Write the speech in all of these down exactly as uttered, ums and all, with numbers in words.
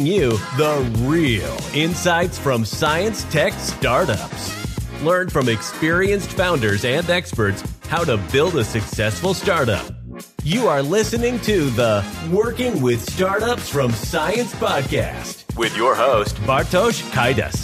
bring you the real insights from science tech startups. Learn from experienced founders and experts how to build a successful startup. You are listening to the Working with Startups from Science podcast with your host, Bartosz Kaidas.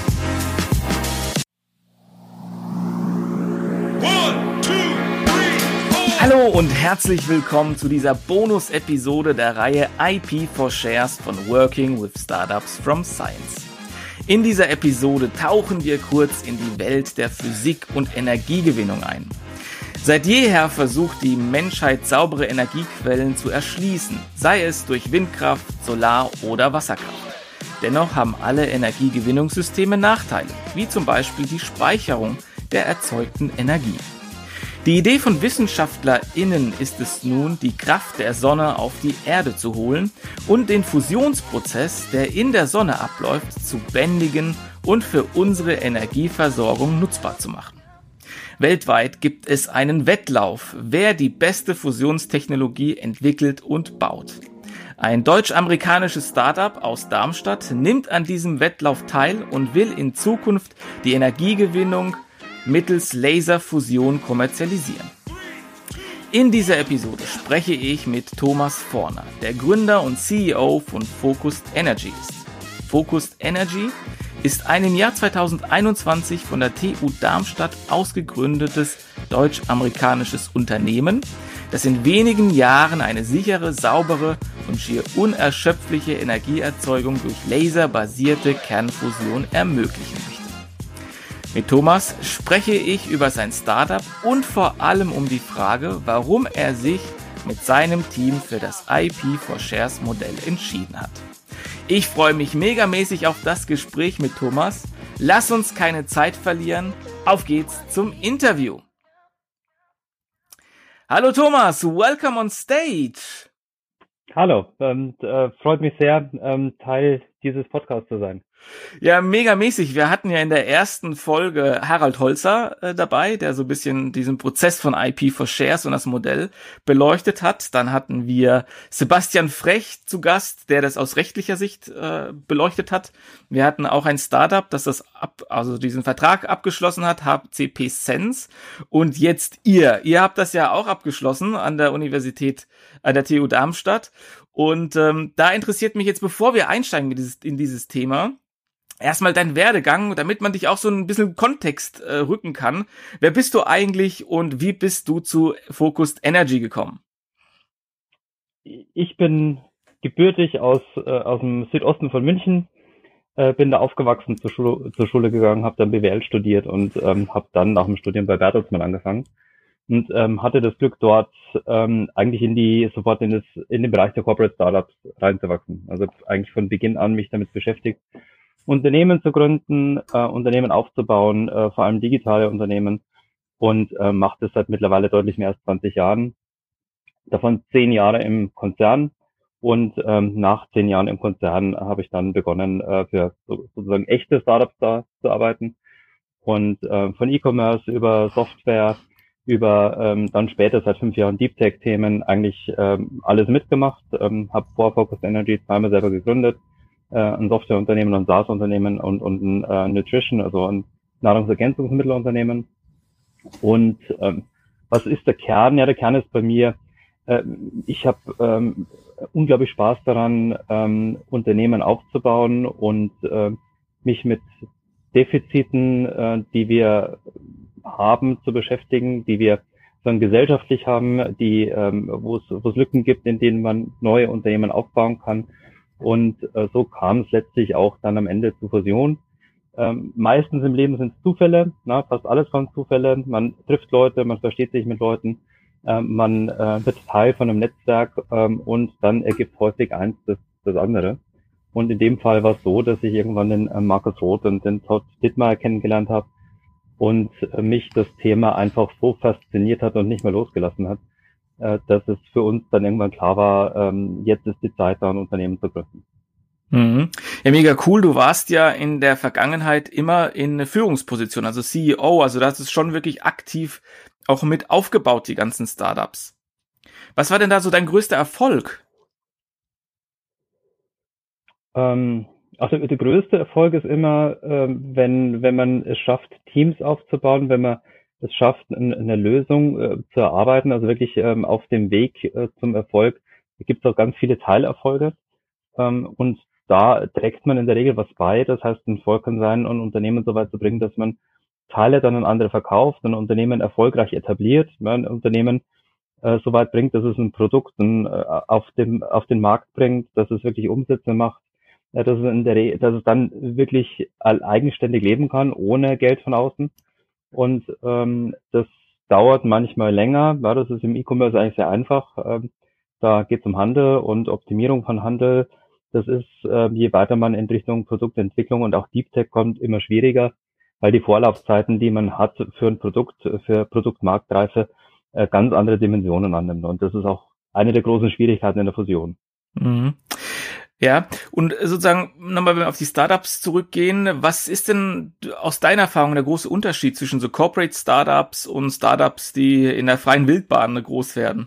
Hallo und herzlich willkommen zu dieser Bonus-Episode der Reihe I P for Shares von Working with Startups from Science. In dieser Episode tauchen wir kurz in die Welt der Physik und Energiegewinnung ein. Seit jeher versucht die Menschheit saubere Energiequellen zu erschließen, sei es durch Windkraft, Solar- oder Wasserkraft. Dennoch haben alle Energiegewinnungssysteme Nachteile, wie zum Beispiel die Speicherung der erzeugten Energie. Die Idee von WissenschaftlerInnen ist es nun, die Kraft der Sonne auf die Erde zu holen und den Fusionsprozess, der in der Sonne abläuft, zu bändigen und für unsere Energieversorgung nutzbar zu machen. Weltweit gibt es einen Wettlauf, wer die beste Fusionstechnologie entwickelt und baut. Ein deutsch-amerikanisches Startup aus Darmstadt nimmt an diesem Wettlauf teil und will in Zukunft die Energiegewinnung mittels Laserfusion kommerzialisieren. In dieser Episode spreche ich mit Thomas Forner, der Gründer und C E O von Focused Energy ist. Focused Energy ist ein im Jahr zweitausendeinundzwanzig von der T U Darmstadt ausgegründetes deutsch-amerikanisches Unternehmen, das in wenigen Jahren eine sichere, saubere und schier unerschöpfliche Energieerzeugung durch laserbasierte Kernfusion ermöglichen möchte. Mit Thomas spreche ich über sein Startup und vor allem um die Frage, warum er sich mit seinem Team für das I P for Shares Modell entschieden hat. Ich freue mich megamäßig auf das Gespräch mit Thomas. Lass uns keine Zeit verlieren. Auf geht's zum Interview. Hallo Thomas, welcome on stage. Hallo, ähm, äh, freut mich sehr, ähm, Teil dieses Podcasts zu sein. Ja, megamäßig. Wir hatten ja in der ersten Folge Harald Holzer äh, dabei, der so ein bisschen diesen Prozess von I P for Shares und das Modell beleuchtet hat. Dann hatten wir Sebastian Frech zu Gast, der das aus rechtlicher Sicht äh, beleuchtet hat. Wir hatten auch ein Startup, das das ab, also diesen Vertrag abgeschlossen hat, H C P Sense. Und jetzt ihr. Ihr habt das ja auch abgeschlossen an der Universität, an der T U Darmstadt. Und ähm, da interessiert mich jetzt, bevor wir einsteigen in dieses, in dieses Thema, erstmal dein Werdegang, damit man dich auch so ein bisschen Kontext äh, rücken kann. Wer bist du eigentlich und wie bist du zu Focused Energy gekommen? Ich bin gebürtig aus äh, aus dem Südosten von München, äh, bin da aufgewachsen, zur Schule, zur Schule gegangen, habe dann B W L studiert und ähm, habe dann nach dem Studium bei Bertelsmann angefangen und ähm, hatte das Glück, dort ähm, eigentlich in die sofort in das in den Bereich der Corporate Startups reinzuwachsen. Also eigentlich von Beginn an mich damit beschäftigt, Unternehmen zu gründen, äh, Unternehmen aufzubauen, äh, vor allem digitale Unternehmen, und äh, mache das seit mittlerweile deutlich mehr als zwanzig Jahren. Davon zehn Jahre im Konzern, und ähm, nach zehn Jahren im Konzern habe ich dann begonnen, äh, für so, sozusagen echte Startups da zu arbeiten, und äh, von E-Commerce über Software über ähm, dann später seit fünf Jahren Deep Tech Themen eigentlich ähm, alles mitgemacht, ähm, habe vor Focused Energy zweimal selber gegründet, ein Softwareunternehmen, ein SaaS-Unternehmen und, und ein äh, Nutrition, also ein Nahrungsergänzungsmittelunternehmen. Und ähm, was ist der Kern? Ja, der Kern ist bei mir, äh, ich habe ähm, unglaublich Spaß daran, ähm, Unternehmen aufzubauen und äh, mich mit Defiziten, äh, die wir haben, zu beschäftigen, die wir dann gesellschaftlich haben, die ähm, wo es wo es Lücken gibt, in denen man neue Unternehmen aufbauen kann. Und äh, so kam es letztlich auch dann am Ende zu Fusion. Ähm, meistens im Leben sind es Zufälle, na, fast alles waren Zufälle. Man trifft Leute, man versteht sich mit Leuten, ähm, man äh, wird Teil von einem Netzwerk, ähm, und dann ergibt häufig eins das, das andere. Und in dem Fall war es so, dass ich irgendwann den äh, Markus Roth und den Todd Dittmeier kennengelernt habe und äh, mich das Thema einfach so fasziniert hat und nicht mehr losgelassen hat, dass es für uns dann irgendwann klar war, ähm, jetzt ist die Zeit, da ein Unternehmen zu gründen. Mhm. Ja, mega cool. Du warst ja in der Vergangenheit immer in eine Führungsposition, also C E O, also das ist schon wirklich aktiv auch mit aufgebaut, die ganzen Startups. Was war denn da so dein größter Erfolg? Ähm, also der größte Erfolg ist immer, ähm, wenn, wenn man es schafft, Teams aufzubauen, wenn man es schafft, eine, eine Lösung äh, zu erarbeiten, also wirklich ähm, auf dem Weg äh, zum Erfolg. Da gibt es auch ganz viele Teilerfolge. Ähm, und da trägt man in der Regel was bei. Das heißt, ein Erfolg kann sein, ein Unternehmen so weit zu bringen, dass man Teile dann an andere verkauft, ein Unternehmen erfolgreich etabliert, ja, ein Unternehmen äh, so weit bringt, dass es ein Produkt ein, äh, auf dem auf den Markt bringt, dass es wirklich Umsätze macht, äh, dass es in der Re dass es dann wirklich all- eigenständig leben kann, ohne Geld von außen. Und ähm, das dauert manchmal länger. Ja, das ist im E-Commerce eigentlich sehr einfach. Ähm, da geht es um Handel und Optimierung von Handel. Das ist, äh, je weiter man in Richtung Produktentwicklung und auch Deep Tech kommt, immer schwieriger, weil die Vorlaufzeiten, die man hat für ein Produkt, für Produktmarktreife, äh, ganz andere Dimensionen annimmt. Und das ist auch eine der großen Schwierigkeiten in der Fusion. Mhm. Ja, und sozusagen nochmal, wenn wir auf die Startups zurückgehen, was ist denn aus deiner Erfahrung der große Unterschied zwischen so Corporate Startups und Startups, die in der freien Wildbahn groß werden?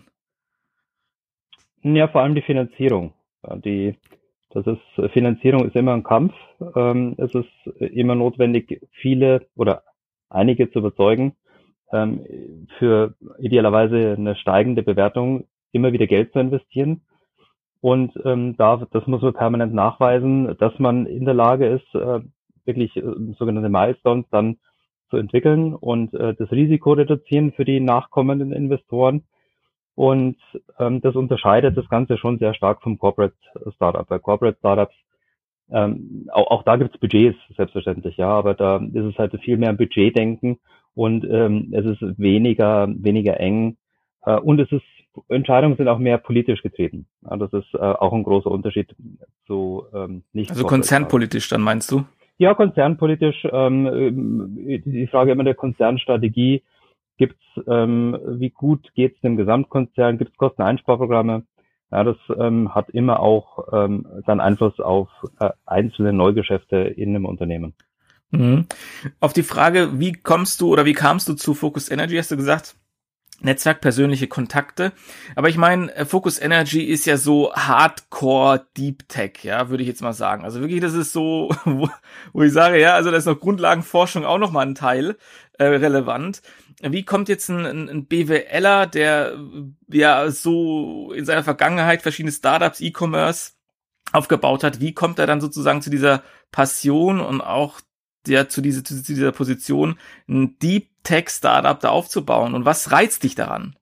Ja, vor allem die Finanzierung. Ja, die, das ist, Finanzierung ist immer ein Kampf. Ähm, es ist immer notwendig, viele oder einige zu überzeugen, ähm, für idealerweise eine steigende Bewertung immer wieder Geld zu investieren. Und ähm, da, das muss man permanent nachweisen, dass man in der Lage ist, äh, wirklich äh, sogenannte Milestones dann zu entwickeln und äh, das Risiko reduzieren für die nachkommenden Investoren. Und ähm, das unterscheidet das Ganze schon sehr stark vom Corporate Startup. Bei Corporate Startups, ähm, auch, auch da gibt's Budgets, selbstverständlich, ja, aber da ist es halt viel mehr ein Budgetdenken und ähm, es ist weniger, weniger eng äh, und es ist, Entscheidungen sind auch mehr politisch getrieben. Ja, das ist äh, auch ein großer Unterschied zu ähm, nicht Also Corporate Startups. konzernpolitisch dann meinst du? Ja, konzernpolitisch, ähm, die Frage immer der Konzernstrategie. Gibt's, ähm, wie gut geht's dem Gesamtkonzern? Gibt's Kosteneinsparprogramme? Ja, das ähm, hat immer auch ähm, dann Einfluss auf äh, einzelne Neugeschäfte in einem Unternehmen. Mhm. Auf die Frage, wie kommst du oder wie kamst du zu Focus Energy, hast du gesagt, Netzwerk, persönliche Kontakte. Aber ich meine, Focus Energy ist ja so Hardcore Deep Tech, ja, würde ich jetzt mal sagen. Also wirklich, das ist so, wo, wo ich sage, ja, also da ist noch Grundlagenforschung auch noch mal ein Teil äh, relevant. Wie kommt jetzt ein, ein, ein BWLer, der ja so in seiner Vergangenheit verschiedene Startups, E-Commerce aufgebaut hat, wie kommt er dann sozusagen zu dieser Passion und auch der zu, diese, zu dieser Position, ein Deep Tech Startup da aufzubauen? Und was reizt dich daran?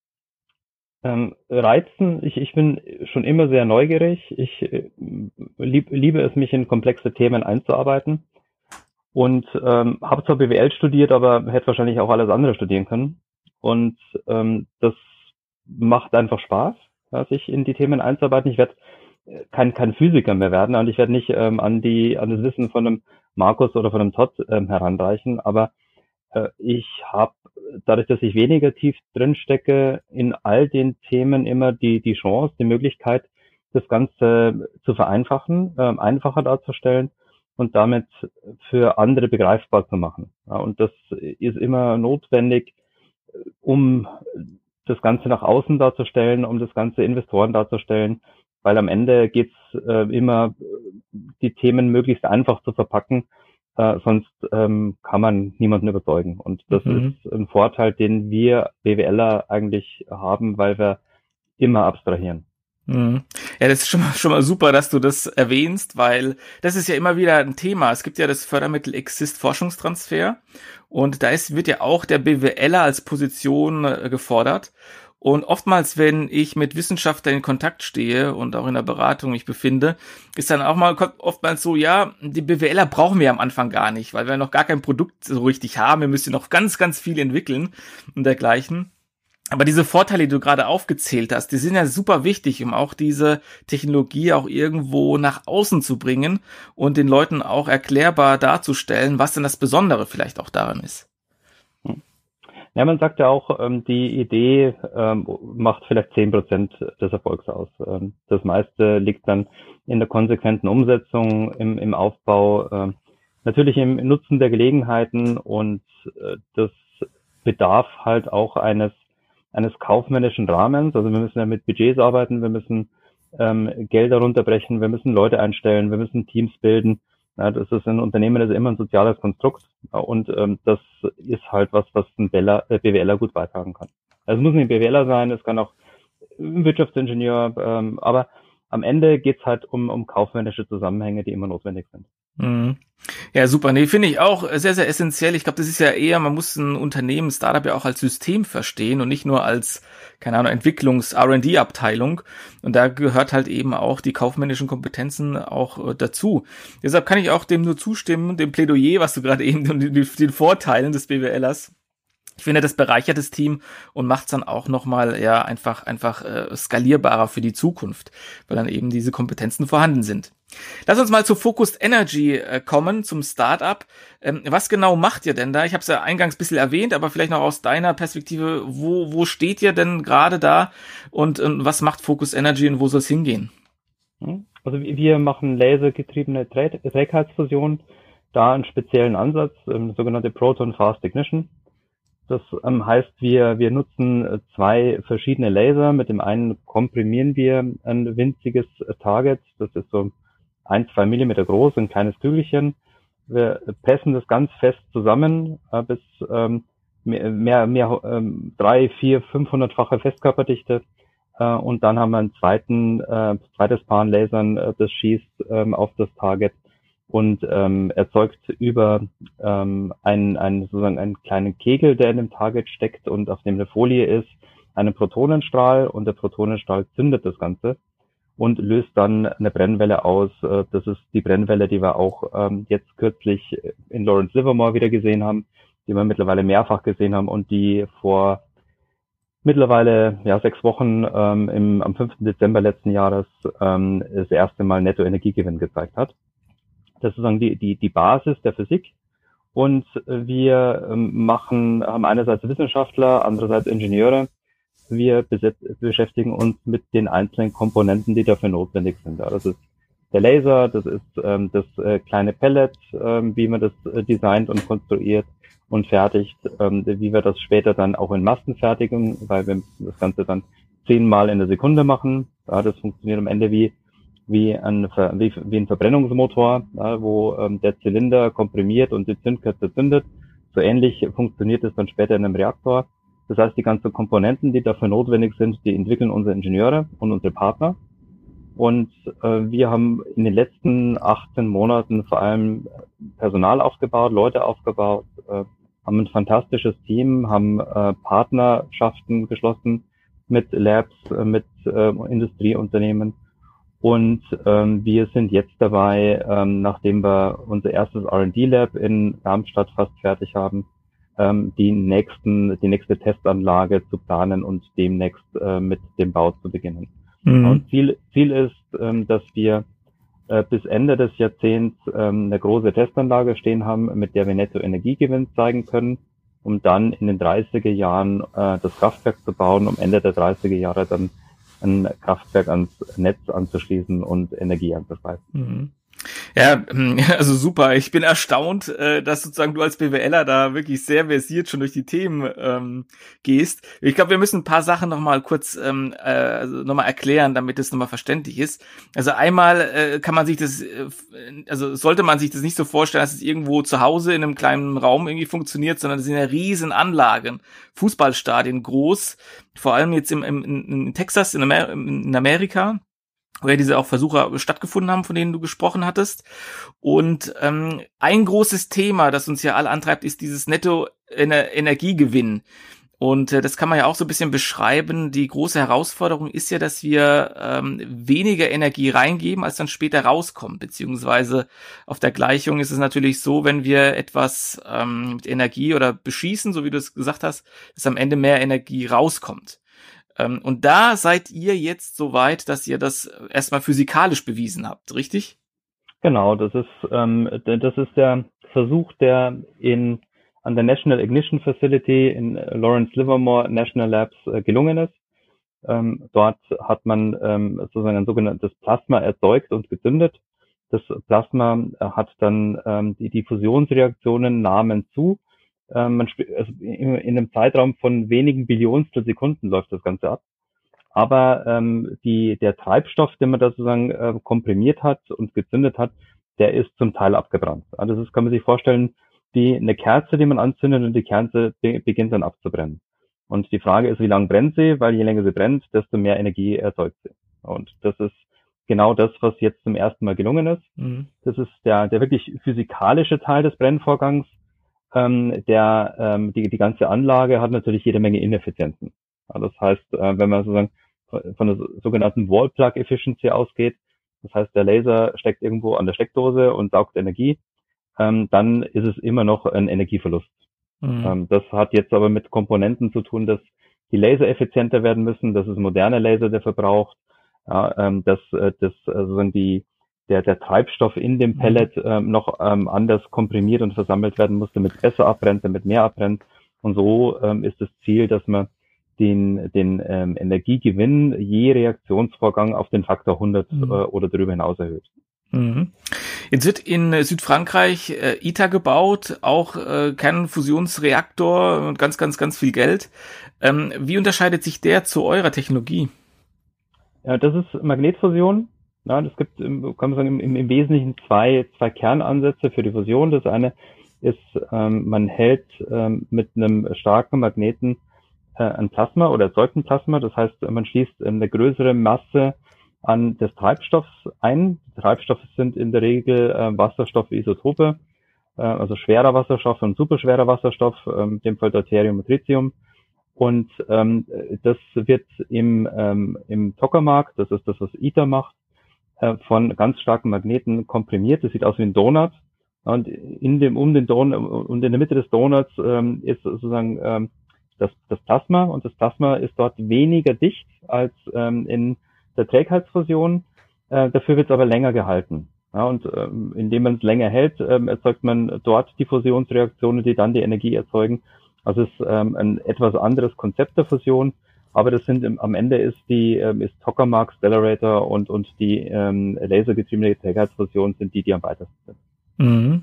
Ähm, reizen, ich, ich bin schon immer sehr neugierig. Ich äh, lieb, liebe es, mich in komplexe Themen einzuarbeiten. Und ähm, habe zwar B W L studiert, aber hätte wahrscheinlich auch alles andere studieren können. Und ähm, das macht einfach Spaß, ja, sich in die Themen einzuarbeiten. Ich werde kein, kein Physiker mehr werden und ich werde nicht ähm, an die an das Wissen von einem Markus oder von einem Todd ähm, heranreichen, aber äh, ich habe dadurch, dass ich weniger tief drin stecke, in all den Themen immer die die Chance, die Möglichkeit, das Ganze zu vereinfachen, ähm, einfacher darzustellen und damit für andere begreifbar zu machen. Ja, und das ist immer notwendig, um das Ganze nach außen darzustellen, um das Ganze Investoren darzustellen, weil am Ende geht's äh, immer, die Themen möglichst einfach zu verpacken, äh, sonst ähm, kann man niemanden überzeugen. Und das Mhm. ist ein Vorteil, den wir BWLer eigentlich haben, weil wir immer abstrahieren. Mhm. Ja, das ist schon mal, schon mal super, dass du das erwähnst, weil das ist ja immer wieder ein Thema. Es gibt ja das Fördermittel Exist Forschungstransfer und da ist, wird ja auch der BWLer als Position äh, gefordert. Und oftmals, wenn ich mit Wissenschaftlern in Kontakt stehe und auch in der Beratung mich befinde, ist dann auch mal oftmals so, ja, die BWLer brauchen wir am Anfang gar nicht, weil wir noch gar kein Produkt so richtig haben. Wir müssen noch ganz, ganz viel entwickeln und dergleichen. Aber diese Vorteile, die du gerade aufgezählt hast, die sind ja super wichtig, um auch diese Technologie auch irgendwo nach außen zu bringen und den Leuten auch erklärbar darzustellen, was denn das Besondere vielleicht auch daran ist. Ja, man sagt ja auch, ähm, die Idee ähm, macht vielleicht zehn Prozent des Erfolgs aus. Ähm, das meiste liegt dann in der konsequenten Umsetzung, im, im Aufbau, ähm, natürlich im Nutzen der Gelegenheiten und äh, das bedarf halt auch eines eines kaufmännischen Rahmens. Also wir müssen ja mit Budgets arbeiten, wir müssen ähm, Gelder runterbrechen, wir müssen Leute einstellen, wir müssen Teams bilden. Ja, das ist ein Unternehmen, das ist immer ein soziales Konstrukt und ähm, das ist halt was, was ein BWLer gut beitragen kann. Also es muss nicht ein BWLer sein, es kann auch ein Wirtschaftsingenieur, ähm, aber am Ende geht's halt um, um kaufmännische Zusammenhänge, die immer notwendig sind. Mhm. Ja, super. Nee, finde ich auch sehr, sehr essentiell. Ich glaube, das ist ja eher, man muss ein Unternehmen, ein Startup ja auch als System verstehen und nicht nur als, keine Ahnung, Entwicklungs-R und D-Abteilung. Und da gehört halt eben auch die kaufmännischen Kompetenzen auch äh, dazu. Deshalb kann ich auch dem nur zustimmen, dem Plädoyer, was du gerade eben, den, den Vorteilen des BWLers. Ich finde, das bereichert das Team und macht es dann auch nochmal ja einfach einfach äh, skalierbarer für die Zukunft, weil dann eben diese Kompetenzen vorhanden sind. Lass uns mal zu Focused Energy äh, kommen, zum Startup. Ähm, was genau macht ihr denn da? Ich habe es ja eingangs ein bisschen erwähnt, aber vielleicht noch aus deiner Perspektive, wo wo steht ihr denn gerade da und, und was macht Focused Energy und wo soll es hingehen? Also wir machen lasergetriebene Trägheitsfusion, da einen speziellen Ansatz, ähm, sogenannte Proton Fast Ignition. Das ähm, heißt, wir wir nutzen zwei verschiedene Laser. Mit dem einen komprimieren wir ein winziges Target. Das ist so ein, zwei Millimeter groß, ein kleines Kügelchen. Wir pressen das ganz fest zusammen äh, bis ähm, mehr, mehr, mehr ähm, drei, vier, fünfhundertfache Festkörperdichte. Äh, und dann haben wir einen zweiten, äh, zweites Paar an Lasern, äh, das schießt ähm, auf das Target und ähm, erzeugt über ähm, einen, einen sozusagen einen kleinen Kegel, der in dem Target steckt und auf dem eine Folie ist, einen Protonenstrahl, und der Protonenstrahl zündet das Ganze und löst dann eine Brennwelle aus. Das ist die Brennwelle, die wir auch ähm, jetzt kürzlich in Lawrence Livermore wieder gesehen haben, die wir mittlerweile mehrfach gesehen haben und die vor mittlerweile ja sechs Wochen ähm, im, am fünften Dezember letzten Jahres ähm, das erste Mal Nettoenergiegewinn gezeigt hat. Das ist sozusagen die, die, die Basis der Physik. Und wir ähm, machen, haben einerseits Wissenschaftler, andererseits Ingenieure. Wir besetz, beschäftigen uns mit den einzelnen Komponenten, die dafür notwendig sind. Ja, das ist der Laser, das ist ähm, das äh, kleine Pellet, ähm, wie man das äh, designt und konstruiert und fertigt, ähm, wie wir das später dann auch in Massen fertigen, weil wir das Ganze dann zehnmal in der Sekunde machen. Ja, das funktioniert am Ende wie wie ein, wie, wie ein Verbrennungsmotor, ja, wo ähm, der Zylinder komprimiert und die Zündkerze zündet. So ähnlich funktioniert es dann später in einem Reaktor. Das heißt, die ganzen Komponenten, die dafür notwendig sind, die entwickeln unsere Ingenieure und unsere Partner. Und äh, wir haben in den letzten achtzehn Monaten vor allem Personal aufgebaut, Leute aufgebaut, äh, haben ein fantastisches Team, haben äh, Partnerschaften geschlossen mit Labs, äh, mit äh, Industrieunternehmen. Und ähm, wir sind jetzt dabei, ähm, nachdem wir unser erstes R und D-Lab in Darmstadt fast fertig haben, ähm, die nächsten, die nächste Testanlage zu planen und demnächst äh, mit dem Bau zu beginnen. Mhm. Und Ziel, Ziel ist, ähm, dass wir äh, bis Ende des Jahrzehnts ähm, eine große Testanlage stehen haben, mit der wir Nettoenergiegewinn zeigen können, um dann in den dreißiger Jahren äh, das Kraftwerk zu bauen, um Ende der dreißiger Jahre dann ein Kraftwerk ans Netz anzuschließen und Energie anzuspeisen. Mhm. Ja, also super. Ich bin erstaunt, dass sozusagen du als BWLer da wirklich sehr versiert schon durch die Themen ähm, gehst. Ich glaube, wir müssen ein paar Sachen nochmal kurz ähm, äh, also nochmal erklären, damit es nochmal verständlich ist. Also einmal äh, kann man sich das, äh, also sollte man sich das nicht so vorstellen, dass es irgendwo zu Hause in einem kleinen Raum irgendwie funktioniert, sondern es sind ja riesen Anlagen, Fußballstadien groß, vor allem jetzt im, im, in Texas, in, Amer- in Amerika, wo ja diese auch Versuche stattgefunden haben, von denen du gesprochen hattest. Und ähm, ein großes Thema, das uns ja alle antreibt, ist dieses Netto-Energiegewinn. Und äh, das kann man ja auch so ein bisschen beschreiben. Die große Herausforderung ist ja, dass wir ähm, weniger Energie reingeben, als dann später rauskommt. Beziehungsweise auf der Gleichung ist es natürlich so, wenn wir etwas ähm, mit Energie oder beschießen, so wie du es gesagt hast, dass am Ende mehr Energie rauskommt. Und da seid ihr jetzt so weit, dass ihr das erstmal physikalisch bewiesen habt, richtig? Genau, das ist ähm, das ist der Versuch, der in an der National Ignition Facility in Lawrence Livermore National Labs äh, gelungen ist. Ähm, dort hat man ähm, sozusagen ein sogenanntes Plasma erzeugt und gezündet. Das Plasma hat dann ähm, die, die Fusionsreaktionen nahmen zu. Ähm, man sp- also in, in einem Zeitraum von wenigen Billionstel Sekunden läuft das Ganze ab. aber ähm, die, der Treibstoff, den man da sozusagen äh, komprimiert hat und gezündet hat, der ist zum Teil abgebrannt. Also das kann man sich vorstellen wie eine Kerze, die man anzündet und die Kerze be- beginnt dann abzubrennen. Und die Frage ist, wie lange brennt sie? Weil je länger sie brennt, desto mehr Energie erzeugt sie. Und das ist genau das, was jetzt zum ersten Mal gelungen ist. Mhm. Das ist der, der wirklich physikalische Teil des Brennvorgangs. Ähm, der, ähm, die, die ganze Anlage hat natürlich jede Menge Ineffizienzen. Ja, das heißt, äh, wenn man sozusagen von der sogenannten Wall-Plug-Efficiency ausgeht, das heißt, der Laser steckt irgendwo an der Steckdose und saugt Energie, ähm, dann ist es immer noch ein Energieverlust. Mhm. Ähm, das hat jetzt aber mit Komponenten zu tun, dass die Laser effizienter werden müssen, dass es moderne Laser der verbraucht, ja, ähm, dass, äh, dass also die, der, der Treibstoff in dem Pellet ähm, noch ähm, anders komprimiert und versammelt werden muss, damit besser abbrennt, damit mehr abbrennt. Und so ähm, ist das Ziel, dass man den, den ähm, Energiegewinn je Reaktionsvorgang auf den Faktor hundert mhm. äh, oder darüber hinaus erhöht. Mhm. Jetzt wird in Südfrankreich äh, I T E R gebaut, auch äh, Kernfusionsreaktor und ganz, ganz, ganz viel Geld. Ähm, wie unterscheidet sich der zu eurer Technologie? Ja, das ist Magnetfusion. Ja, das gibt, kann man sagen, im, im Wesentlichen zwei, zwei Kernansätze für die Fusion. Das eine ist, ähm, man hält ähm, mit einem starken Magneten äh, ein Plasma oder erzeugt ein Plasma. Das heißt, man schließt eine größere Masse an des Treibstoffs ein. Die Treibstoffe sind in der Regel äh, Wasserstoffisotope, äh, also schwerer Wasserstoff und superschwerer Wasserstoff, äh, in dem Fall Deuterium und Tritium. Und ähm, das wird im, ähm, im Tokamak, das ist das, was I T E R macht, äh, von ganz starken Magneten komprimiert. Das sieht aus wie ein Donut. Und in dem, um den Donut, und in der Mitte des Donuts ähm, ist sozusagen ähm, das, das Plasma. Und das Plasma ist dort weniger dicht als ähm, in der Trägheitsfusion. Äh, dafür wird es aber länger gehalten. Ja, und ähm, indem man es länger hält, ähm, erzeugt man dort die Fusionsreaktionen, die dann die Energie erzeugen. Also es ist ähm, ein etwas anderes Konzept der Fusion, aber das sind im, am Ende ist die ähm, ist Tokamak, Stellarator und und die ähm, lasergetriebene Trägheitsfusion sind die, die am weitesten sind. Mhm.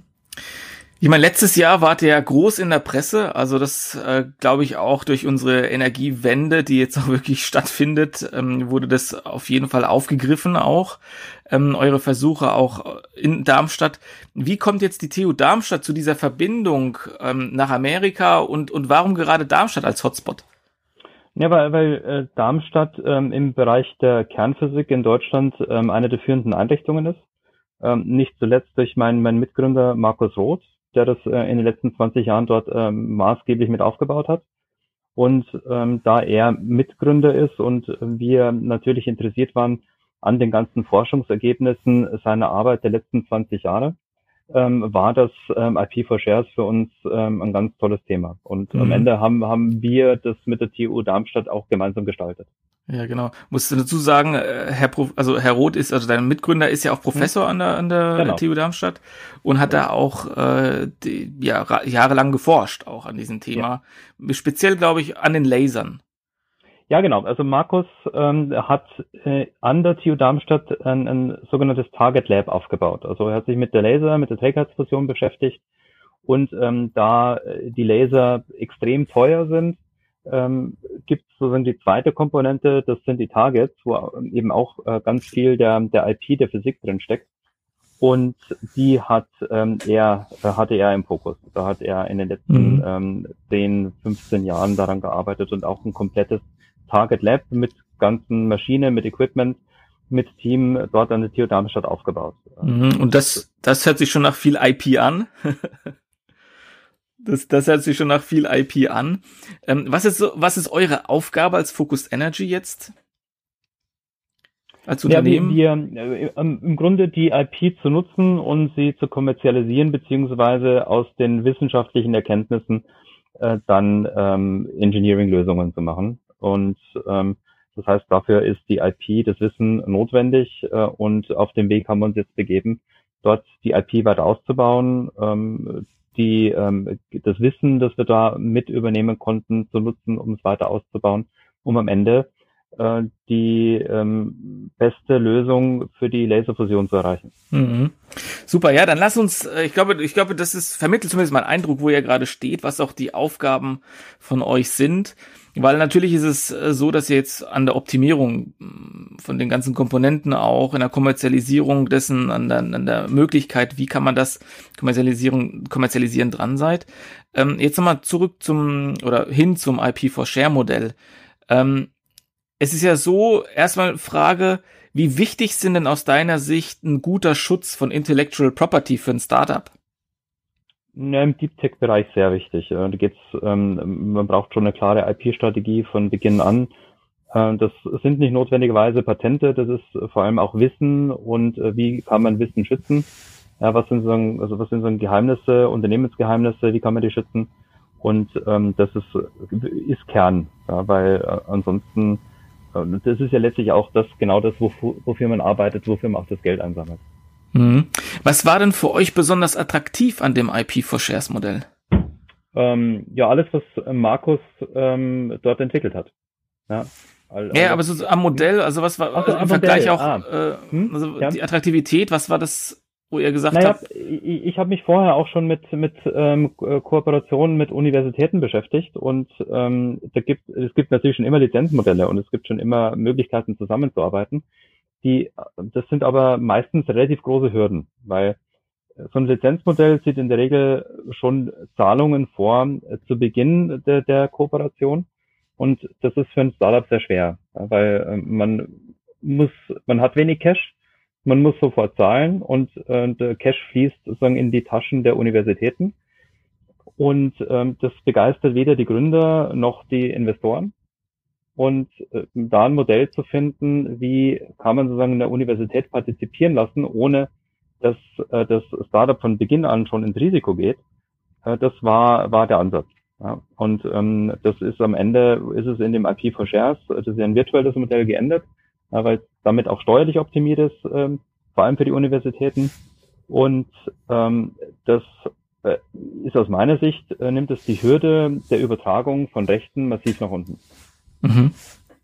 Ich meine, letztes Jahr wart ihr ja groß in der Presse, also das äh, glaube ich auch durch unsere Energiewende, die jetzt auch wirklich stattfindet, ähm, wurde das auf jeden Fall aufgegriffen auch, ähm, eure Versuche auch in Darmstadt. Wie kommt jetzt die T U Darmstadt zu dieser Verbindung ähm, nach Amerika und und warum gerade Darmstadt als Hotspot? Ja, weil, weil äh, Darmstadt ähm, im Bereich der Kernphysik in Deutschland ähm, eine der führenden Einrichtungen ist. Ähm, nicht zuletzt durch meinen, meinen Mitgründer Markus Roth, der das äh, in den letzten zwanzig Jahren dort ähm, maßgeblich mit aufgebaut hat. Und ähm, da er Mitgründer ist und wir natürlich interessiert waren an den ganzen Forschungsergebnissen seiner Arbeit der letzten zwanzig Jahre, ähm, war das ähm, I P for Shares für uns ähm, ein ganz tolles Thema. Und mhm. am Ende haben, haben wir das mit der T U Darmstadt auch gemeinsam gestaltet. Ja, genau. Musst du dazu sagen, Herr Prof, also Herr Roth ist, also dein Mitgründer ist ja auch Professor an der an der genau. T U Darmstadt und hat ja. da auch äh, die, ja, jahrelang geforscht auch an diesem Thema. Ja. Speziell, glaube ich, an den Lasern. Ja, genau. Also Markus ähm, hat äh, an der T U Darmstadt ein, ein sogenanntes Target Lab aufgebaut. Also er hat sich mit der Laser, mit der Trägheitsfusion beschäftigt und ähm, da die Laser extrem teuer sind, ähm, gibt es sozusagen die zweite Komponente, das sind die Targets, wo eben auch äh, ganz viel der, der I P, der Physik drin steckt. Und die hat ähm, er, hatte er im Fokus. Da hat er in den letzten mhm. ähm, zehn, fünfzehn Jahren daran gearbeitet und auch ein komplettes Target Lab mit ganzen Maschinen, mit Equipment, mit Team dort an der T U Darmstadt aufgebaut. Mhm. Und das, das hört sich schon nach viel I P an. Das, das hört sich schon nach viel I P an. Ähm, was ist so, was ist eure Aufgabe als Focused Energy jetzt? Als Unternehmen? Ja, wir, wir äh, im Grunde die I P zu nutzen und sie zu kommerzialisieren, beziehungsweise aus den wissenschaftlichen Erkenntnissen äh, dann ähm, Engineering-Lösungen zu machen. Und ähm, das heißt, dafür ist die I P, das Wissen notwendig äh, und auf dem Weg haben wir uns jetzt begeben, dort die I P weiter auszubauen, ähm, die ähm, das Wissen, das wir da mit übernehmen konnten, zu nutzen, um es weiter auszubauen, um am Ende äh, die ähm, beste Lösung für die Laserfusion zu erreichen. Mhm. Super, ja, dann lass uns, ich glaube, ich glaube, das ist vermittelt zumindest mal einen Eindruck, wo ihr gerade steht, was auch die Aufgaben von euch sind. Weil natürlich ist es äh, so, dass ihr jetzt an der Optimierung mh, von den ganzen Komponenten auch in der Kommerzialisierung dessen, an der, an der Möglichkeit, wie kann man das Kommerzialisierung, kommerzialisieren dran seid. Ähm, jetzt nochmal zurück zum, oder hin zum I P for Share Modell. Ähm, es ist ja so, erstmal Frage, wie wichtig sind denn aus deiner Sicht ein guter Schutz von Intellectual Property für ein Startup? Ja, im Deep Tech Bereich sehr wichtig. Äh, Da geht's, ähm, man braucht schon eine klare I P-Strategie von Beginn an. Äh, Das sind nicht notwendigerweise Patente, das ist vor allem auch Wissen und äh, wie kann man Wissen schützen? Ja, was sind so, also was sind so Geheimnisse, Unternehmensgeheimnisse, wie kann man die schützen? Und ähm, das ist, ist Kern, ja, weil äh, ansonsten, äh, das ist ja letztlich auch das, genau das, wofür, wofür man arbeitet, wofür man auch das Geld einsammelt. Mhm. Was war denn für euch besonders attraktiv an dem I P for Shares Modell? Ähm, ja, alles, was äh, Markus ähm, dort entwickelt hat. Ja, all, Ja, alles. aber so am Modell, also was war Ach so, im am Vergleich Modell, auch, ah. äh, Hm? also Ja. die Attraktivität, was war das, wo ihr gesagt Naja, habt? ich, ich habe mich vorher auch schon mit mit ähm, Ko- Kooperationen mit Universitäten beschäftigt und ähm, da gibt es gibt natürlich schon immer Lizenzmodelle und es gibt schon immer Möglichkeiten zusammenzuarbeiten. Die, das sind aber meistens relativ große Hürden, weil so ein Lizenzmodell sieht in der Regel schon Zahlungen vor äh, zu Beginn der, der Kooperation und das ist für ein Startup sehr schwer, ja, weil äh, man muss, man hat wenig Cash, man muss sofort zahlen und äh, der Cash fließt sozusagen in die Taschen der Universitäten und ähm, das begeistert weder die Gründer noch die Investoren. Und äh, da ein Modell zu finden, wie kann man sozusagen in der Universität partizipieren lassen, ohne dass äh, das Startup von Beginn an schon ins Risiko geht, äh, das war war der Ansatz. Ja. Und ähm, das ist am Ende, ist es in dem I P for Shares, das ist ja ein virtuelles Modell geändert, ja, weil es damit auch steuerlich optimiert ist, ähm, vor allem für die Universitäten. Und ähm, das äh, ist aus meiner Sicht, äh, nimmt es die Hürde der Übertragung von Rechten massiv nach unten. Mhm.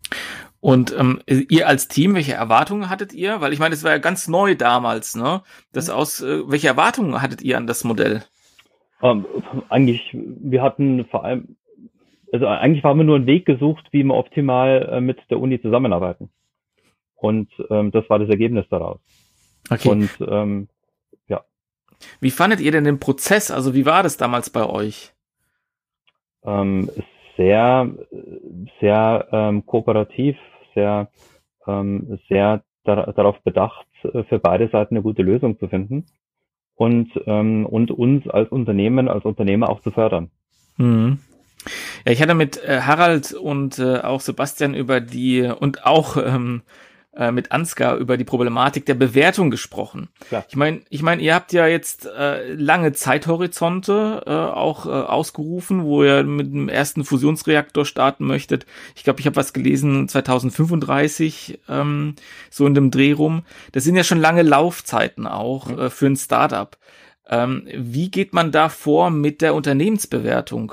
Und ähm, ihr als Team, welche Erwartungen hattet ihr? Weil ich meine, das war ja ganz neu damals, ne? Das aus, äh, welche Erwartungen hattet ihr an das Modell? Ähm, eigentlich, wir hatten vor allem, also eigentlich haben wir nur einen Weg gesucht, wie wir optimal äh, mit der Uni zusammenarbeiten. Und ähm, das war das Ergebnis daraus. Okay. Und ähm, ja, Wie fandet ihr denn den Prozess? Also wie war das damals bei euch? ähm, sehr, sehr ähm, kooperativ, sehr, ähm, sehr dar darauf bedacht, äh, für beide Seiten eine gute Lösung zu finden und ähm, und uns als Unternehmen, als Unternehmer auch zu fördern. Mhm. Ja, ich hatte mit äh, Harald und äh, auch Sebastian über die und auch ähm, äh, mit Ansgar über die Problematik der Bewertung gesprochen. Klar. Ich meine, ich meine, ihr habt ja jetzt äh, lange Zeithorizonte äh, auch äh, ausgerufen, wo ihr mit dem ersten Fusionsreaktor starten möchtet. Ich glaube, ich habe was gelesen, zwanzig fünfunddreißig, ähm, so in dem Dreh rum. Das sind ja schon lange Laufzeiten auch äh, für ein Startup. Ähm, wie geht man da vor mit der Unternehmensbewertung?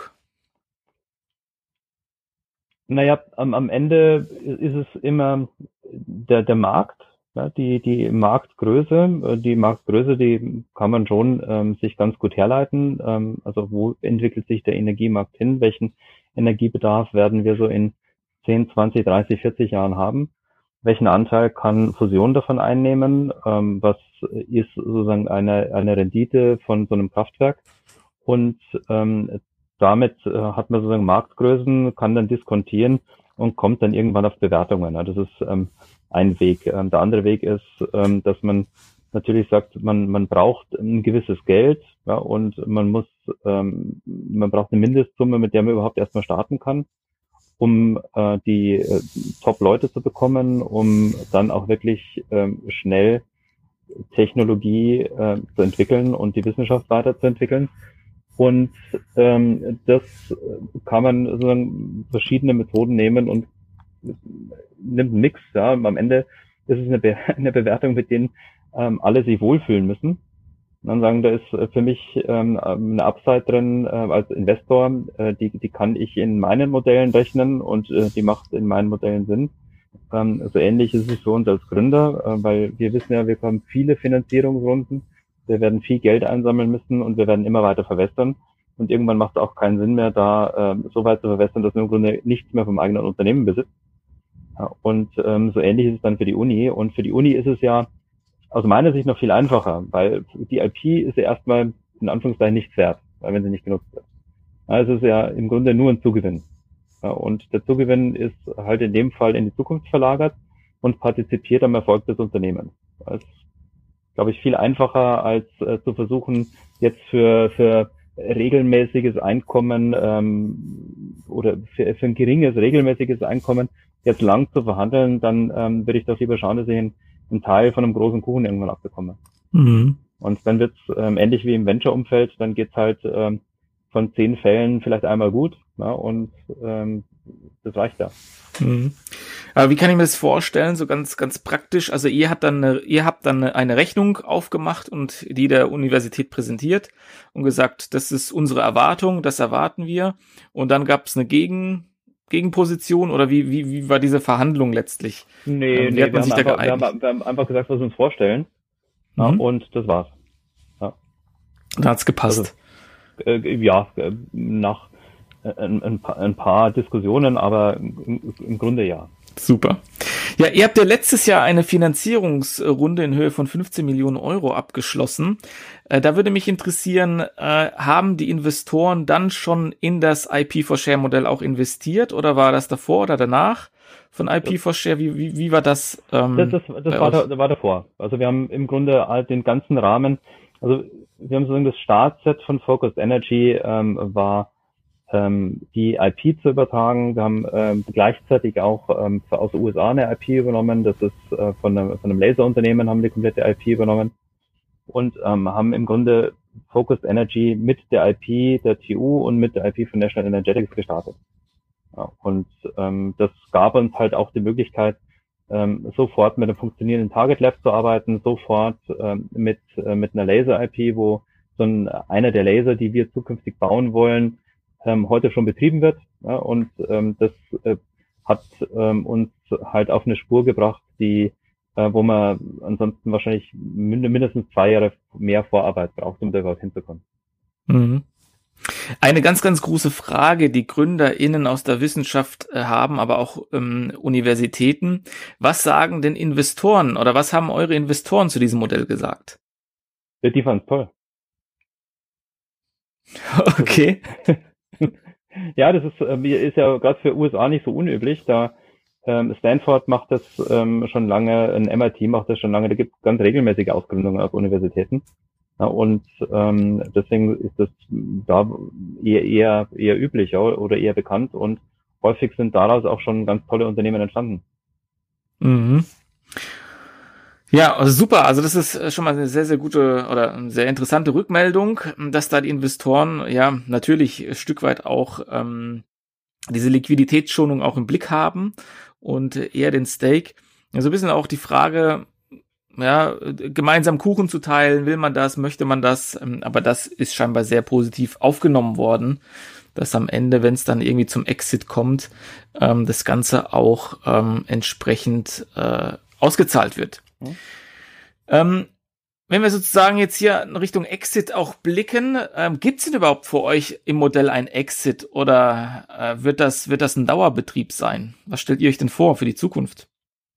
Naja, am, am Ende ist es immer der, der Markt, ja, die, die Marktgröße. Äh, Die Marktgröße, die kann man schon ähm, sich ganz gut herleiten. Ähm, also wo entwickelt sich der Energiemarkt hin? Welchen Energiebedarf werden wir so in zehn, zwanzig, dreißig, vierzig Jahren haben? Welchen Anteil kann Fusion davon einnehmen? Ähm, was ist sozusagen eine, eine Rendite von so einem Kraftwerk? Und ähm, damit äh, hat man sozusagen Marktgrößen, kann dann diskontieren und kommt dann irgendwann auf Bewertungen. Ja. Das ist ähm, ein Weg. Ähm, der andere Weg ist, ähm, dass man natürlich sagt, man man braucht ein gewisses Geld, ja, und man muss ähm, man braucht eine Mindestsumme, mit der man überhaupt erstmal starten kann, um äh, die äh, Top-Leute zu bekommen, um dann auch wirklich ähm, schnell Technologie äh, zu entwickeln und die Wissenschaft weiterzuentwickeln. Und ähm, das kann man sozusagen verschiedene Methoden nehmen und nimmt einen Mix. Ja. Am Ende ist es eine, Be eine Bewertung, mit denen ähm, alle sich wohlfühlen müssen. Und dann sagen, da ist für mich ähm, eine Upside drin äh, als Investor, äh, die, die kann ich in meinen Modellen rechnen und äh, die macht in meinen Modellen Sinn. Ähm, so ähnlich ist es für uns als Gründer, äh, weil wir wissen ja, wir haben viele Finanzierungsrunden. Wir werden viel Geld einsammeln müssen und wir werden immer weiter verwässern. Und irgendwann macht es auch keinen Sinn mehr, da ähm, so weit zu verwässern, dass man im Grunde nichts mehr vom eigenen Unternehmen besitzt. Ja, und ähm, so ähnlich ist es dann für die Uni. Und für die Uni ist es ja aus meiner Sicht noch viel einfacher, weil die I P ist ja erstmal in Anführungszeichen nichts wert, weil wenn sie nicht genutzt wird. Also es ist ja im Grunde nur ein Zugewinn. Ja, und der Zugewinn ist halt in dem Fall in die Zukunft verlagert und partizipiert am Erfolg des Unternehmens. Das ist, glaube ich, viel einfacher, als äh, zu versuchen, jetzt für für regelmäßiges Einkommen ähm, oder für, für ein geringes regelmäßiges Einkommen jetzt lang zu verhandeln, dann ähm, würde ich doch lieber schauen, dass ich einen, einen Teil von einem großen Kuchen irgendwann abbekomme. Mhm. Und dann wird's ähm, ähnlich wie im Venture-Umfeld, dann geht's halt ähm, von zehn Fällen vielleicht einmal gut, ja, und ähm, das reicht ja. Mhm. Aber wie kann ich mir das vorstellen, so ganz ganz praktisch? Also ihr habt dann eine, ihr habt dann eine Rechnung aufgemacht und die der Universität präsentiert und gesagt, das ist unsere Erwartung, das erwarten wir. Und dann gab es eine Gegen Gegenposition oder wie wie wie war diese Verhandlung letztlich? Nee, ähm, nee, wir haben, einfach, wir, haben, wir haben einfach gesagt, was wir uns vorstellen. Mhm. Ja, und das war's. Ja. Dann hat's gepasst. Also, äh, ja, äh, nach ein, ein, paar, ein paar Diskussionen, aber im, im Grunde ja. Super. Ja, ihr habt ja letztes Jahr eine Finanzierungsrunde in Höhe von fünfzehn Millionen Euro abgeschlossen. Äh, da würde mich interessieren, äh, haben die Investoren dann schon in das I P for Share Modell auch investiert oder war das davor oder danach von I P for Share? Wie, wie, wie war das? Ähm, das das, das war, da, war davor. Also wir haben im Grunde halt den ganzen Rahmen, also wir haben sozusagen das Startset von Focused Energy ähm, war ähm, die I P zu übertragen. Wir haben ähm, gleichzeitig auch ähm, aus den U S A eine I P übernommen. Das ist äh, von, einem, von einem Laserunternehmen haben die komplette I P übernommen und ähm, haben im Grunde Focused Energy mit der I P der T U und mit der I P von National Energetics gestartet. Ja, und ähm, das gab uns halt auch die Möglichkeit, ähm, sofort mit einem funktionierenden Target Lab zu arbeiten, sofort ähm, mit äh, mit einer Laser I P, wo so ein, einer der Laser, die wir zukünftig bauen wollen, ähm, heute schon betrieben wird. Ja, und ähm, das äh, hat ähm, uns halt auf eine Spur gebracht, die äh, wo man ansonsten wahrscheinlich mind- mindestens zwei Jahre mehr Vorarbeit braucht, um da überhaupt hinzukommen. Mhm. Eine ganz, ganz große Frage, die GründerInnen aus der Wissenschaft äh, haben, aber auch ähm, Universitäten. Was sagen denn Investoren oder was haben eure Investoren zu diesem Modell gesagt? Ja, die fanden es toll. Okay. Ja, das ist, ist ja gerade für U S A nicht so unüblich. Da ähm, Stanford macht das ähm, schon lange, ein M I T macht das schon lange. Da gibt es ganz regelmäßige Ausgründungen auf Universitäten. Ja, und ähm, deswegen ist das da eher eher eher üblich, ja, oder eher bekannt und häufig sind daraus auch schon ganz tolle Unternehmen entstanden. Mhm. Ja, also super. Also das ist schon mal eine sehr, sehr gute oder eine sehr interessante Rückmeldung, dass da die Investoren ja natürlich ein Stück weit auch ähm, diese Liquiditätsschonung auch im Blick haben und eher den Stake. Also ein bisschen auch die Frage, ja, gemeinsam Kuchen zu teilen, will man das, möchte man das, aber das ist scheinbar sehr positiv aufgenommen worden, dass am Ende, wenn es dann irgendwie zum Exit kommt, ähm, das Ganze auch ähm, entsprechend äh, ausgezahlt wird. Mhm. Ähm, wenn wir sozusagen jetzt hier in Richtung Exit auch blicken, ähm, gibt es denn überhaupt für euch im Modell ein Exit oder äh, wird das, wird das ein Dauerbetrieb sein? Was stellt ihr euch denn vor für die Zukunft?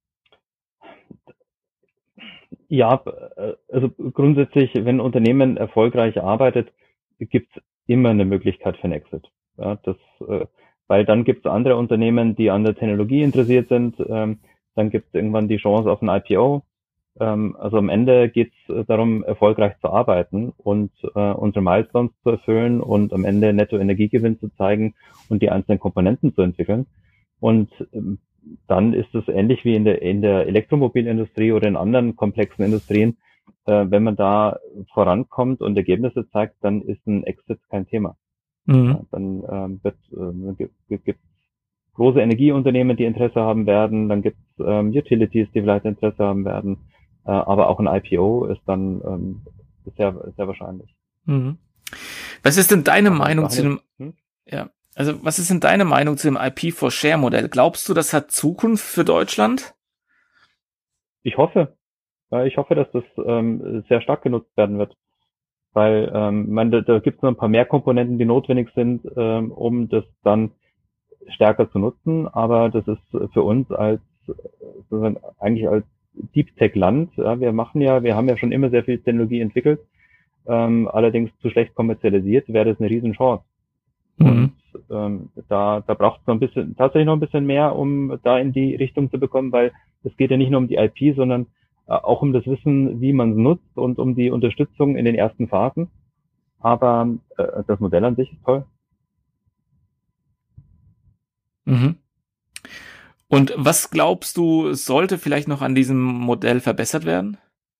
Ja, also grundsätzlich, wenn ein Unternehmen erfolgreich arbeitet, gibt es immer eine Möglichkeit für einen Exit. Ja, das, weil dann gibt es andere Unternehmen, die an der Technologie interessiert sind. Ähm, dann gibt es irgendwann die Chance auf ein I P O. Ähm, also am Ende geht es darum, erfolgreich zu arbeiten und äh, unsere Milestones zu erfüllen und am Ende Netto-Energiegewinn zu zeigen und die einzelnen Komponenten zu entwickeln. Und ähm, dann ist es ähnlich wie in der in der Elektromobilindustrie oder in anderen komplexen Industrien. Äh, wenn man da vorankommt und Ergebnisse zeigt, dann ist ein Exit kein Thema. Mhm. Ja, dann ähm, wird äh, gibt, gibt große Energieunternehmen, die Interesse haben werden, dann gibt es ähm, Utilities, die vielleicht Interesse haben werden, äh, aber auch ein I P O ist dann ähm, sehr sehr wahrscheinlich. Mhm. Was ist denn deine aber Meinung zu dem? Hm? Ja. Also, was ist denn deine Meinung zu dem I P for Share Modell? Glaubst du, das hat Zukunft für Deutschland? Ich hoffe. Ja, ich hoffe, dass das ähm, sehr stark genutzt werden wird. Weil ähm, man, da, da gibt es noch ein paar mehr Komponenten, die notwendig sind, ähm, um das dann stärker zu nutzen. Aber das ist für uns als sozusagen eigentlich als Deep Tech Land. Ja, wir machen ja, wir haben ja schon immer sehr viel Technologie entwickelt, ähm, allerdings zu schlecht kommerzialisiert, wäre das eine Riesenchance. Mhm. Und ähm, da, da braucht es noch ein bisschen, tatsächlich noch ein bisschen mehr, um da in die Richtung zu bekommen, weil es geht ja nicht nur um die I P, sondern äh, auch um das Wissen, wie man es nutzt und um die Unterstützung in den ersten Phasen. Aber äh, das Modell an sich ist toll. Mhm. Und was glaubst du, sollte vielleicht noch an diesem Modell verbessert werden?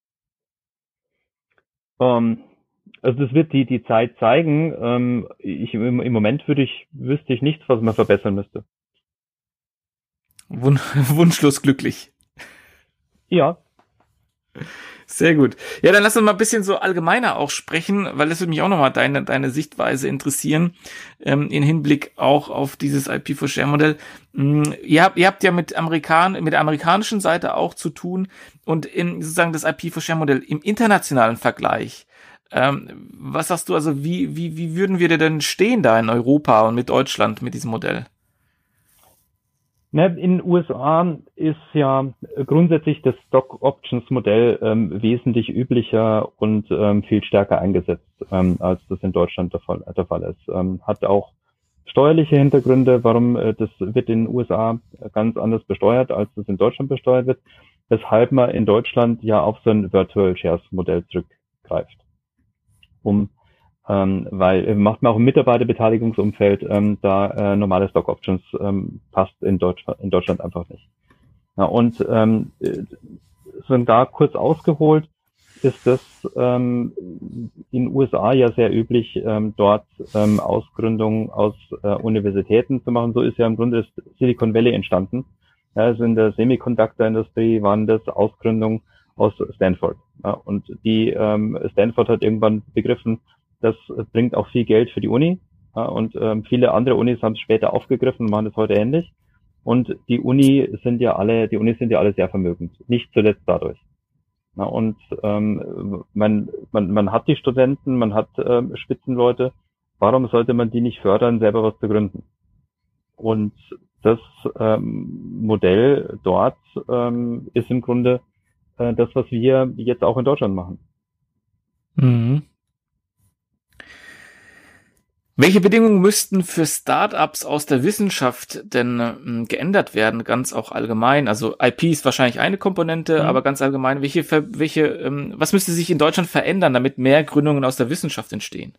Um, also das wird die die Zeit zeigen. Ähm, ich im, im Moment würde ich wüsste ich nichts, was man verbessern müsste. Wun- Wunschlos glücklich. Ja. Sehr gut. Ja, dann lass uns mal ein bisschen so allgemeiner auch sprechen, weil es würde mich auch nochmal deine, deine Sichtweise interessieren, ähm, in Hinblick auch auf dieses I P for Share Modell. Ähm, ihr habt, ihr habt ja mit Amerikan, mit der amerikanischen Seite auch zu tun und in sozusagen das I P for Share Modell im internationalen Vergleich. Ähm, was sagst du, also wie, wie, wie würden wir denn stehen da in Europa und mit Deutschland mit diesem Modell? Ne, in den U S A ist ja grundsätzlich das Stock Options Modell ähm, wesentlich üblicher und ähm, viel stärker eingesetzt, ähm, als das in Deutschland der Fall, der Fall ist. Ähm, hat auch steuerliche Hintergründe, warum äh, das wird in den U S A ganz anders besteuert, als das in Deutschland besteuert wird, weshalb man in Deutschland ja auf so ein Virtual Shares Modell zurückgreift. Um Ähm, weil äh, macht man auch im Mitarbeiterbeteiligungsumfeld, ähm, da äh, normale Stock Options ähm, passt in Deutschland in Deutschland einfach nicht. Ja, und ähm, äh, so da kurz ausgeholt ist das ähm, in den U S A ja sehr üblich, ähm, dort ähm, Ausgründungen aus äh, Universitäten zu machen. So ist ja im Grunde das Silicon Valley entstanden. Ja, also in der Semiconductor-Industrie waren das Ausgründungen aus Stanford. Ja, und die ähm, Stanford hat irgendwann begriffen, das bringt auch viel Geld für die Uni. Ja, und ähm, viele andere Unis haben es später aufgegriffen und machen das heute ähnlich. Und die Uni sind ja alle, die Unis sind ja alle sehr vermögend. Nicht zuletzt dadurch. Ja, und ähm, man, man, man hat die Studenten, man hat ähm, Spitzenleute. Warum sollte man die nicht fördern, selber was zu gründen? Und das ähm, Modell dort ähm, ist im Grunde äh, das, was wir jetzt auch in Deutschland machen. Mhm. Welche Bedingungen müssten für Startups aus der Wissenschaft denn ähm, geändert werden, ganz auch allgemein? Also I P ist wahrscheinlich eine Komponente, mhm. aber ganz allgemein, welche, welche, ähm, was müsste sich in Deutschland verändern, damit mehr Gründungen aus der Wissenschaft entstehen?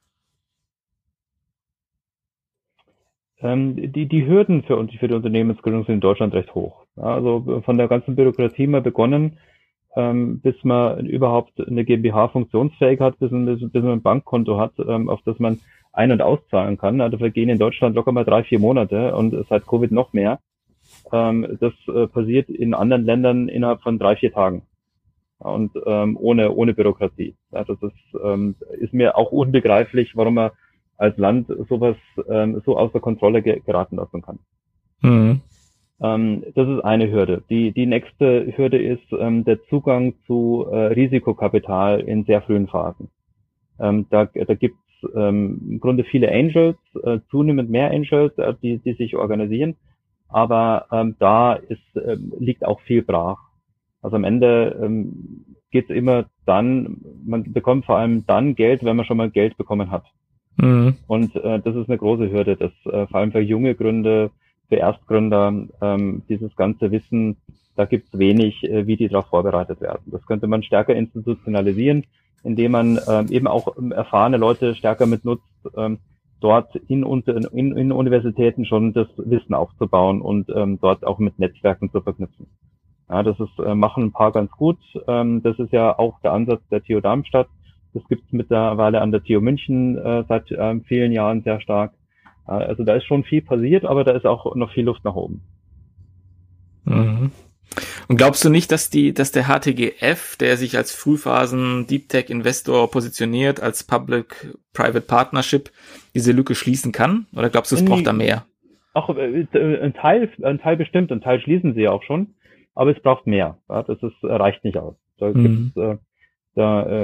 Ähm, die, die Hürden für, für die Unternehmensgründung sind in Deutschland recht hoch. Also von der ganzen Bürokratie mal begonnen, ähm, bis man überhaupt eine GmbH funktionsfähig hat, bis man, bis man ein Bankkonto hat, ähm, auf das man ein- und auszahlen kann. Also vergehen in Deutschland locker mal drei, vier Monate und seit Covid noch mehr. Ähm, das äh, passiert in anderen Ländern innerhalb von drei, vier Tagen. Und ähm, ohne ohne Bürokratie. Ja, das ist, ähm, ist mir auch unbegreiflich, warum man als Land sowas ähm, so außer Kontrolle ge- geraten lassen kann. Mhm. Ähm, das ist eine Hürde. Die die nächste Hürde ist ähm, der Zugang zu äh, Risikokapital in sehr frühen Phasen. Ähm, da da gibt's ähm, im Grunde viele Angels, äh, zunehmend mehr Angels, äh, die die sich organisieren, aber ähm, da ist ähm, liegt auch viel brach. Also am Ende ähm, geht's immer dann, man bekommt vor allem dann Geld, wenn man schon mal Geld bekommen hat. Mhm. Und äh, das ist eine große Hürde, dass äh, vor allem für junge Gründer, für Erstgründer, ähm, dieses ganze Wissen, da gibt's wenig, äh, wie die darauf vorbereitet werden. Das könnte man stärker institutionalisieren, indem man ähm, eben auch erfahrene Leute stärker mit nutzt, ähm, dort in, in, in Universitäten schon das Wissen aufzubauen und ähm, dort auch mit Netzwerken zu verknüpfen. Ja, das ist, äh, machen ein paar ganz gut. Ähm, das ist ja auch der Ansatz der T U Darmstadt. Das gibt's mittlerweile an der T U München äh, seit ähm, vielen Jahren sehr stark. Äh, also da ist schon viel passiert, aber da ist auch noch viel Luft nach oben. Mhm. Und glaubst du nicht, dass die, dass der H T G F, der sich als Frühphasen Deep Tech Investor positioniert, als Public-Private Partnership, diese Lücke schließen kann? Oder glaubst du, es braucht da mehr? Auch äh, ein Teil, ein Teil bestimmt, ein Teil schließen sie ja auch schon, aber es braucht mehr. Ja? Das ist, reicht nicht aus. Da mhm. gibt's, äh, da äh, gibt's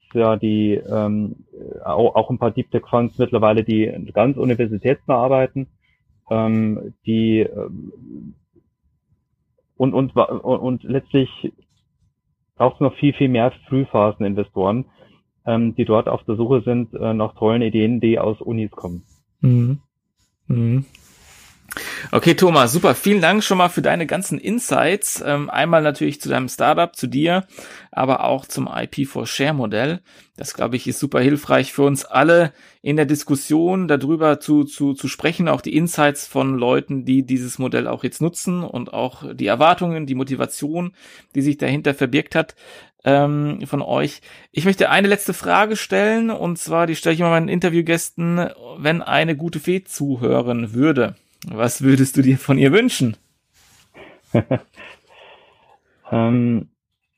ja die ähm, auch, auch ein paar Deep Tech Funds mittlerweile, die ganz universitätsnah arbeiten, ähm, die ähm, und, und, und, und letztlich braucht es noch viel, viel mehr Frühphaseninvestoren, ähm, die dort auf der Suche sind äh, nach tollen Ideen, die aus Unis kommen. Mhm. Mhm. Okay, Thomas, super. Vielen Dank schon mal für deine ganzen Insights. Ähm, einmal natürlich zu deinem Startup, zu dir, aber auch zum I P for Share Modell. Das, glaube ich, ist super hilfreich für uns alle in der Diskussion darüber zu, zu, zu sprechen, auch die Insights von Leuten, die dieses Modell auch jetzt nutzen und auch die Erwartungen, die Motivation, die sich dahinter verbirgt hat, ähm, von euch. Ich möchte eine letzte Frage stellen, und zwar, die stelle ich immer meinen Interviewgästen: Wenn eine gute Fee zuhören würde, was würdest du dir von ihr wünschen? ähm,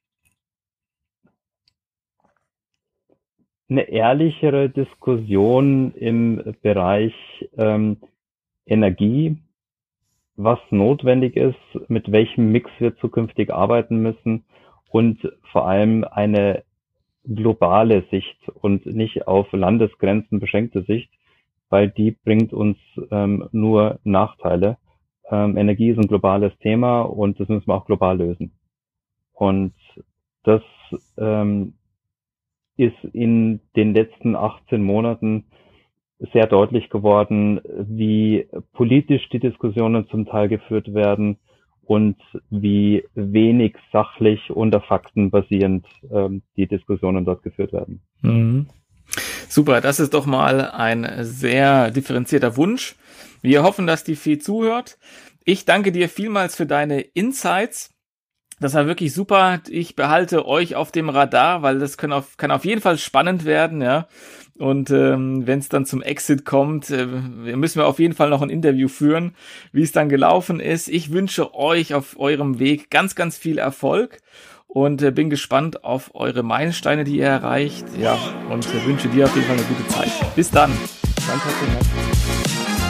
eine ehrlichere Diskussion im Bereich ähm, Energie, was notwendig ist, mit welchem Mix wir zukünftig arbeiten müssen, und vor allem eine globale Sicht und nicht auf Landesgrenzen beschränkte Sicht, weil die bringt uns ähm, nur Nachteile. Ähm, Energie ist ein globales Thema und das müssen wir auch global lösen. Und das ähm, ist in den letzten achtzehn Monaten sehr deutlich geworden, wie politisch die Diskussionen zum Teil geführt werden und wie wenig sachlich unter Fakten basierend ähm, die Diskussionen dort geführt werden. Mhm. Super, das ist doch mal ein sehr differenzierter Wunsch. Wir hoffen, dass die Fee zuhört. Ich danke dir vielmals für deine Insights. Das war wirklich super. Ich behalte euch auf dem Radar, weil das kann auf, kann auf jeden Fall spannend werden, ja. Und ähm, wenn es dann zum Exit kommt, äh, müssen wir auf jeden Fall noch ein Interview führen, wie es dann gelaufen ist. Ich wünsche euch auf eurem Weg ganz, ganz viel Erfolg und äh, bin gespannt auf eure Meilensteine, die ihr erreicht. Ja, und äh, wünsche dir auf jeden Fall eine gute Zeit. Bis dann. Danke, Dank.